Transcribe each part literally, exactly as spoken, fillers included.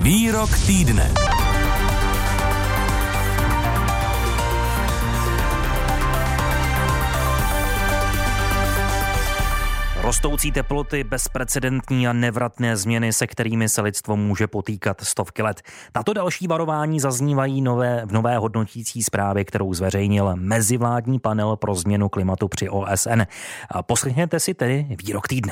Výrok týdne. Rostoucí teploty, bezprecedentní a nevratné změny, se kterými se lidstvo může potýkat stovky let. Tato další varování zaznívají nové, v nové hodnotící zprávě, kterou zveřejnil mezivládní panel pro změnu klimatu při O S N. Poslechněte si tedy výrok týdne.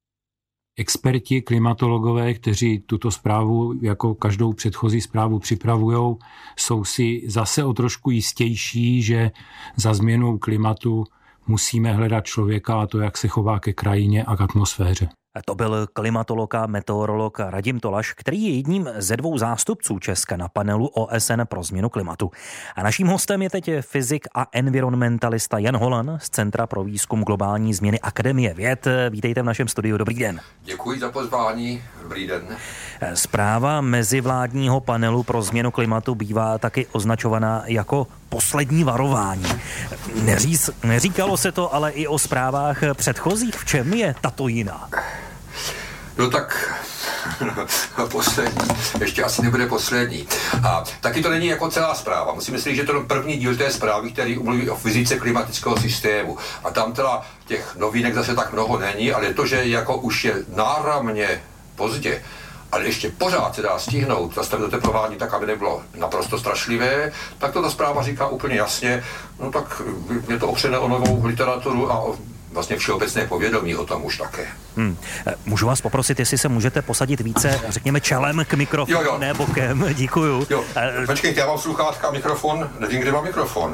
Experti, klimatologové, kteří tuto zprávu jako každou předchozí zprávu připravují, jsou si zase o trošku jistější, že za změnou klimatu musíme hledat člověka a to, jak se chová ke krajině a k atmosféře. To byl klimatolog a meteorolog Radim Tolaš, který je jedním ze dvou zástupců Česka na panelu O S N pro změnu klimatu. A naším hostem je teď fyzik a environmentalista Jan Holan z Centra pro výzkum globální změny Akademie věd. Vítejte v našem studiu, dobrý den. Děkuji za pozvání, dobrý den. Zpráva mezivládního panelu pro změnu klimatu bývá taky označovaná jako poslední varování. Neříz, neříkalo se to ale i o zprávách předchozích. V čem je tato jiná? No tak poslední, ještě asi nebude poslední. A taky to není jako celá zpráva. Musím myslet, že to je první díl té zprávy, který mluví o fyzice klimatického systému. A tam teda těch novinek zase tak mnoho není, ale to, že jako už je náramně pozdě, ale ještě pořád se dá stihnout zastavit oteplování tak, aby nebylo naprosto strašlivé, tak to ta zpráva říká úplně jasně. No tak je to opřené o novou literaturu a o vlastně všeobecné povědomí o tom už také. Hmm. Můžu vás poprosit, jestli se můžete posadit více, řekněme, čelem k mikrofonu, jo, jo. ne bokem. Děkuju. Jo. Počkejte, já mám sluchátka, mikrofon, nevím, kde mám mikrofon.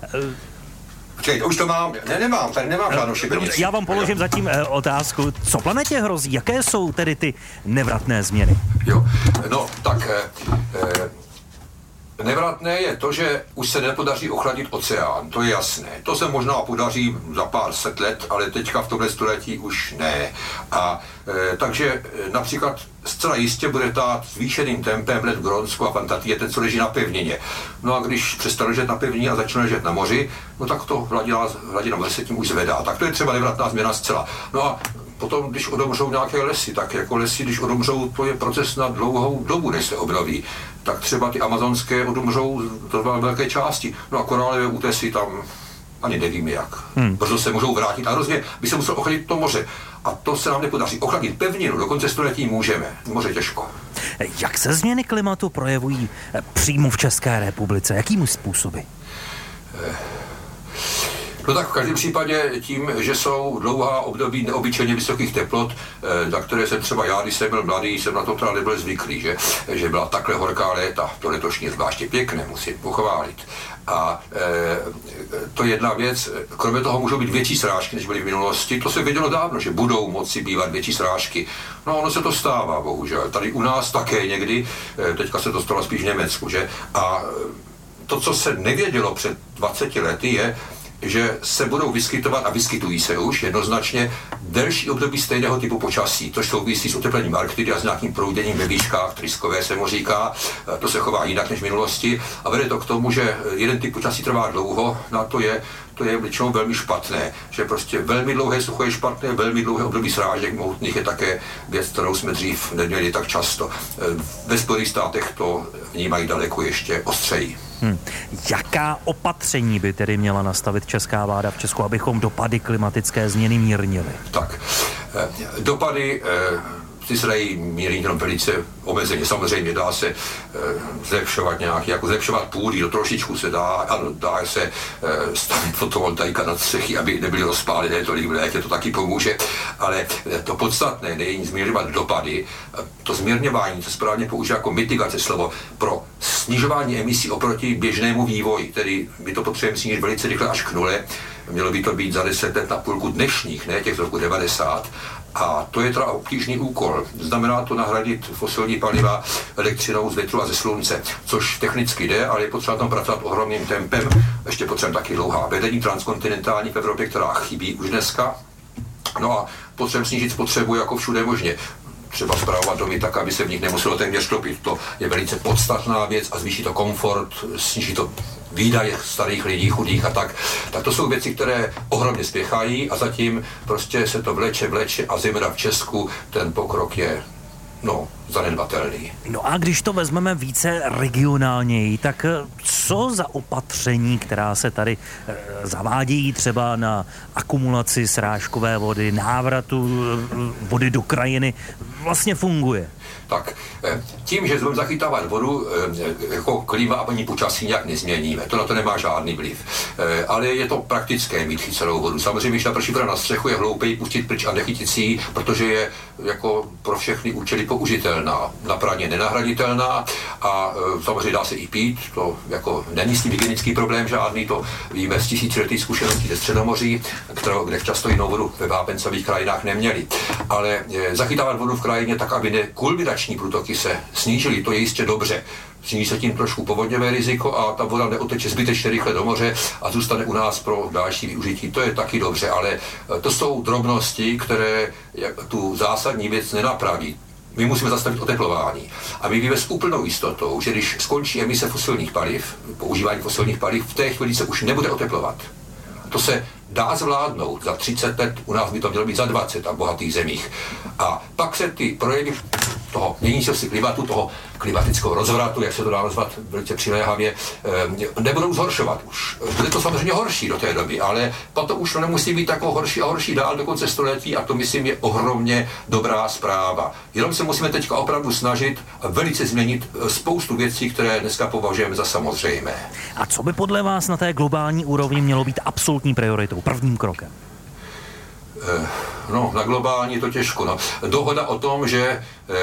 Počkejte, už to mám, ne, nemám, tady nemám žádnou šibenici. Já vám položím zatím eh, otázku, co planetě hrozí, jaké jsou tedy ty nevratné změny? Jo, no tak eh, eh, nevratné je to, že už se nepodaří ochladit oceán, to je jasné. To se možná podaří za pár set let, ale teďka v tomhle století už ne. A e, takže e, například zcela jistě bude tát zvýšeným tempem let v Grónsku a v Antarktidě, ten, co leží na pevnině. No a když přestane ležet na pevnině a začne ležet na moři, no tak to hladina, hladina moře se tím už zvedá. Tak to je třeba nevratná změna zcela. No a potom, když odumřou nějaké lesy, tak jako lesy, když odumřou, to je proces na dlouhou dobu, než se obnoví. Tak třeba ty amazonské odumřou do velké části. No a korálové útesy tam ani nevíme jak. Hmm. Brzo se můžou vrátit a hrozně by se muselo ochladit to moře. A to se nám nepodaří. Ochladit pevninu do konce století můžeme. Moře těžko. Jak se změny klimatu projevují přímo v České republice? Jakými způsoby? Eh. No tak v každém případě tím, že jsou dlouhá období neobyčejně vysokých teplot, na které jsem třeba já, když jsem byl mladý, jsem na to teda nebyl zvyklý, že, že byla takhle horká léta. To letošní je zvláště pěkné, musím pochválit. A e, to je jedna věc. Kromě toho můžou být větší srážky, než byly v minulosti. To se vědělo dávno, že budou moci bývat větší srážky. No ono se to stává, bohužel. Tady u nás také někdy, teďka se to stalo spíš v Německu, že? A to, co se nevědělo před dvaceti lety, je, že se budou vyskytovat a vyskytují se už jednoznačně delší období stejného typu počasí. To souvisí s oteplením Arktidy a s nějakým prouděním ve výškách, tryskové se mu říká. To se chová jinak než v minulosti a vede to k tomu, že jeden typ počasí trvá dlouho, na to je to je většinou velmi špatné, že prostě velmi dlouhé sucho je špatné, velmi dlouhé období srážek mohutných je také věc, kterou jsme dřív neměli tak často. Ve Spojených státech to vnímají daleko ještě ostřeji. Hmm. Jaká opatření by tedy měla nastavit česká vláda v Česku, abychom dopady klimatické změny mírnili? Tak, dopady ty se dají mírnit jenom velice omezeně. Samozřejmě dá se e, zlepšovat nějaký, jako zlepšovat půdy, to trošičku se dá, ano, dá se e, stavit fotovoltaika na střechy, aby nebyly rozpálené tolik v létě, to taky pomůže, ale to podstatné není zmírňovat dopady. To zmírňování, to správně používá jako mitigace slovo pro snižování emisí oproti běžnému vývoji, tedy my to potřebujeme snížit velice rychle až k nule, mělo by to být za deset let na půlku dnešních, ne těch z roku devadesát. A to je teda obtížný úkol. Znamená to nahradit fosilní paliva elektřinou z větru a ze slunce, což technicky jde, ale je potřeba tam pracovat ohromným tempem. Ještě potřebujeme taky dlouhá vedení transkontinentální v Evropě, která chybí už dneska. No a potřebujeme snížit spotřebu jako všude možně. Třeba spravovat domy tak, aby se v nich nemuselo téměř topit. To je velice podstatná věc a zvýší to komfort, sníží to výdaje starých lidí, chudých a tak. Tak to jsou věci, které ohromně spěchají a zatím prostě se to vleče, vleče a zejména v Česku ten pokrok je no, zanedbatelný. No a když to vezmeme více regionálněji, tak co za opatření, která se tady e, zavádějí třeba na akumulaci srážkové vody, návratu e, vody do krajiny, vlastně funguje? Tak tím, že budeme zachytávat vodu, jako klima a paní počasí nějak nezměníme. To na to nemá žádný vliv. Ale je to praktické mít chycenou vodu. Samozřejmě, když naprší voda na střechu, je hloupěji pustit pryč a nechytit si ji, protože je jako pro všechny účely použitelná. Na praně nenahraditelná a samozřejmě dá se i pít. To jako není s tím hygienický problém žádný, to víme z tisíciletých zkušeností ze Středomoří, kterou, kde často jinou vodu ve vápencových krajinách neměli. Ale zachytávat vodu v krajině tak, aby ne kulminační průtoky se snížily, to je jistě dobře. Sníží se tím trošku povodňové riziko a ta voda neoteče zbytečně rychle do moře a zůstane u nás pro další využití. To je taky dobře, ale to jsou drobnosti, které tu zásadní věc nenapraví. My musíme zastavit oteplování. A my víme s úplnou jistotou, že když skončí emise fosilních paliv, používání fosilních paliv, v té chvíli se už nebude oteplovat. To se dá zvládnout za třicet let, u nás by to mělo být za dvacet a v bohatých zemích. A pak se ty projevy toho měnícího si klimatu, toho klimatického rozvratu, jak se to dá nazvat velice přiléhavě, nebudou zhoršovat už. Bude to samozřejmě horší do té doby, ale potom už to nemusí být tako horší a horší dál do konce století a to, myslím, je ohromně dobrá zpráva. Jenom se musíme teďka opravdu snažit velice změnit spoustu věcí, které dneska považujeme za samozřejmé. A co by podle vás na té globální úrovni mělo být absolutní prioritou, prvním krokem? No, na globální je to těžko. No. Dohoda o tom, že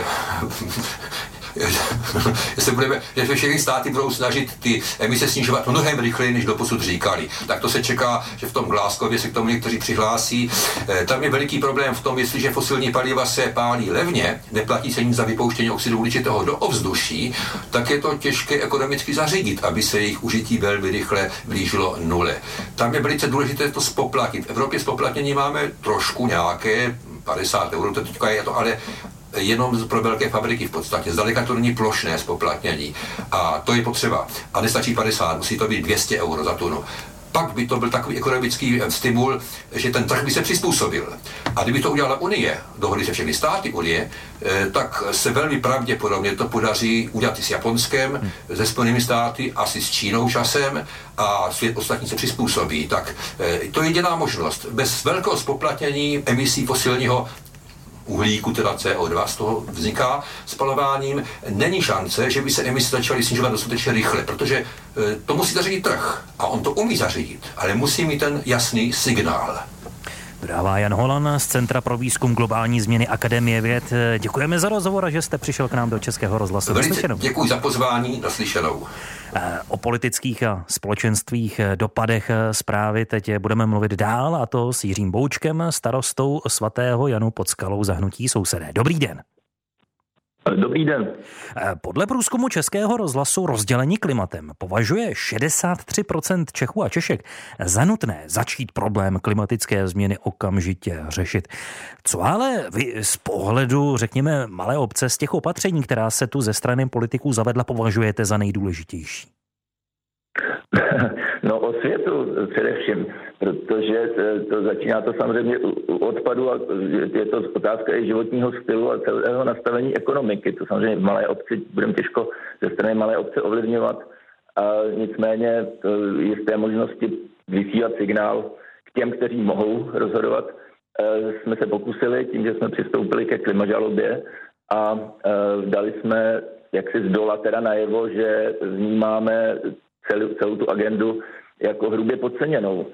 jestli budeme, že všechny státy budou snažit ty emise snižovat mnohem rychleji, než doposud říkali. Tak to se čeká, že v tom Glasgowě se k tomu někteří přihlásí. Tam je veliký problém v tom, jestliže fosilní paliva se pálí levně, neplatí se nic za vypouštění oxidu uhličitého do ovzduší, tak je to těžké ekonomicky zařídit, aby se jejich užití velmi rychle blížilo nule. Tam je velice důležité to spoplatnit. V Evropě spoplatnění máme trošku nějaké, padesát euro, to teďka je to, ale jenom pro velké fabriky v podstatě. Zdaleka to není plošné spoplatnění. A to je potřeba. A nestačí padesát, musí to být dvě stě euro za tunu. Pak by to byl takový ekonomický stimul, že ten trh by se přizpůsobil. A kdyby to udělala Unie, dohody se všemi státy Unie, tak se velmi pravděpodobně to podaří udělat i s Japonskem, se Spojenými státy, asi s Čínou časem a svět ostatní se přizpůsobí. Tak to je jediná možnost. Bez velkého spoplatnění emisí fosilního uhlíku, teda C O dva z toho vzniká spalováním, není šance, že by se emise začaly snižovat dostatečně rychle, protože to musí zařídit trh a on to umí zařídit, ale musí mít ten jasný signál. Dodává Jan Holan z Centra pro výzkum globální změny Akademie věd. Děkujeme za rozhovor a že jste přišel k nám do Českého rozhlasu. Velice děkuji za pozvání, naslyšenou. O politických a společenstvích dopadech zprávy teď budeme mluvit dál, a to s Jiřím Boučkem, starostou svatého Janu pod Skalou za hnutí Sousedé. Dobrý den. Dobrý den. Podle průzkumu Českého rozhlasu Rozdělení klimatem považuje šedesát tři procent Čechů a Češek za nutné začít problém klimatické změny okamžitě řešit. Co ale vy z pohledu, řekněme, malé obce z těch opatření, která se tu ze strany politiků zavedla, považujete za nejdůležitější? No osvětu především, protože to začíná to samozřejmě u odpadu a je to otázka i životního stylu a celého nastavení ekonomiky. To samozřejmě v malé obci budeme těžko ze strany malé obce ovlivňovat a nicméně jisté možnosti vysílat signál k těm, kteří mohou rozhodovat, jsme se pokusili tím, že jsme přistoupili ke klimažalobě a dali jsme jaksi z dola teda najevo, že vnímáme celou, celou tu agendu jako hrubě podceněnou.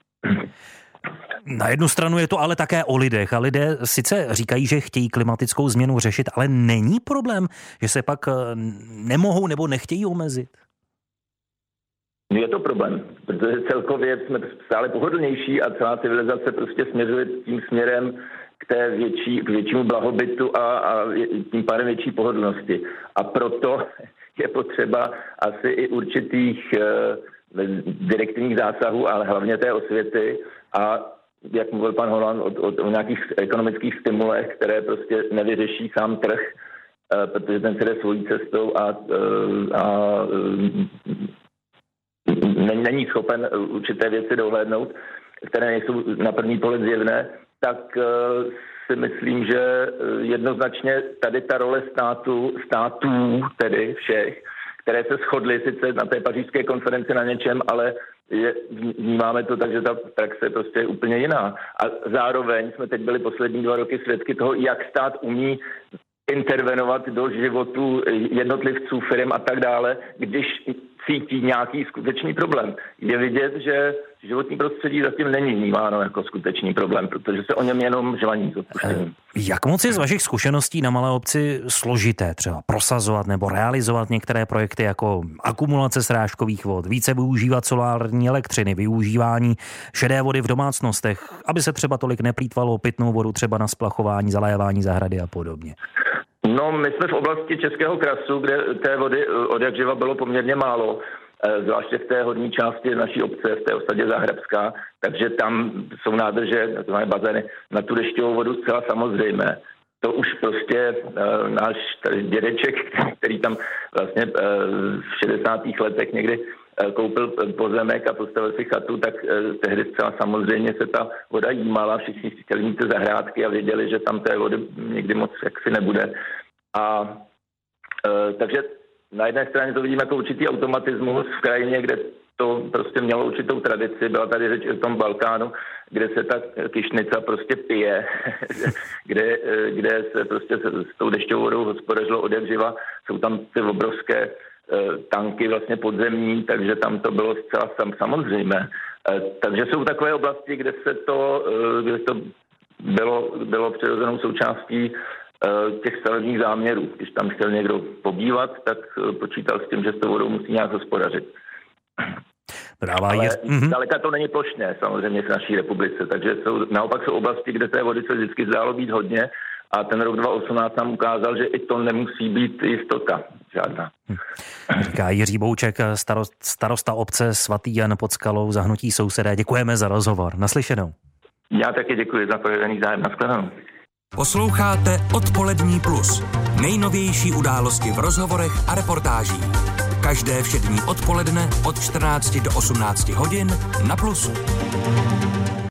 Na jednu stranu je to ale také o lidech a lidé sice říkají, že chtějí klimatickou změnu řešit, ale není problém, že se pak nemohou nebo nechtějí omezit? Je to problém, protože celkově jsme stále pohodlnější a celá civilizace prostě směřuje tím směrem k té větší, k většímu blahobytu a, a tím pádem větší pohodlnosti. A proto je potřeba asi i určitých eh, direktivních zásahů, ale hlavně té osvěty a jak mluvil pan Holan o, o, o nějakých ekonomických stimulech, které prostě nevyřeší sám trh, eh, protože ten se jde svojí cestou a, eh, a eh, není schopen určité věci dohlédnout, které nejsou na první pohled zjevné, tak si myslím, že jednoznačně tady ta role státu, států, tedy všech, které se shodly sice na té pařížské konferenci na něčem, ale je, vnímáme to tak, že ta praxe je prostě úplně jiná. A zároveň jsme teď byli poslední dva roky svědky toho, jak stát umí intervenovat do životu jednotlivců, firm a tak dále, když cítí nějaký skutečný problém. Je vidět, že životní prostředí zatím není vnímáno jako skutečný problém, protože se o něm jenom žvaní. Jak moc je z vašich zkušeností na malé obci složité třeba prosazovat nebo realizovat některé projekty jako akumulace srážkových vod, více využívat solární elektřiny, využívání šedé vody v domácnostech, aby se třeba tolik neplýtvalo pitnou vodu třeba na splachování, zalévání zahrady a podobně? No, my jsme v oblasti Českého krasu, kde té vody od jak živa bylo poměrně málo, zvláště v té horní části naší obce, v té osadě Záhrabská, takže tam jsou nádrže, takzvané bazény, na tu dešťovou vodu zcela samozřejmé. To už prostě uh, náš dědeček, který tam vlastně uh, v šedesátých letech někdy uh, koupil pozemek a postavil si chatu, tak uh, tehdy zcela samozřejmě se ta voda jímala, všichni chtěli mít ty zahrádky a věděli, že tam té vody někdy moc jaksi nebude. A uh, takže na jedné straně to vidím jako určitý automatismus v krajině, kde to prostě mělo určitou tradici. Byla tady řeč o tom Balkánu, kde se ta kyšnica prostě pije, kde, kde se prostě s tou dešťovou vodou hospodařilo od jak živa. Jsou tam ty obrovské tanky vlastně podzemní, takže tam to bylo zcela sam, samozřejmé. Takže jsou takové oblasti, kde se to, kde to bylo, bylo přirozenou součástí těch stavebních záměrů. Když tam chtěl někdo pobývat, tak počítal s tím, že s tou vodou musí nějak hospodařit. Dává Ale je... daleka to není plošné samozřejmě v naší republice, takže jsou, naopak jsou oblasti, kde té vody se vždycky zdálo být hodně a ten rok dva tisíce osmnáct nám ukázal, že i to nemusí být jistota žádná. Říká Jiří Bouček, starost, starosta obce Svatý Jan pod Skalou za hnutí Sousedé. Děkujeme za rozhovor. Naslyšenou. Já taky děkuji za projevený zájem. Nashledanou. Posloucháte Odpolední plus. Nejnovější události v rozhovorech a reportážích. Každé všední odpoledne od čtrnácti do osmnácti hodin na Plusu.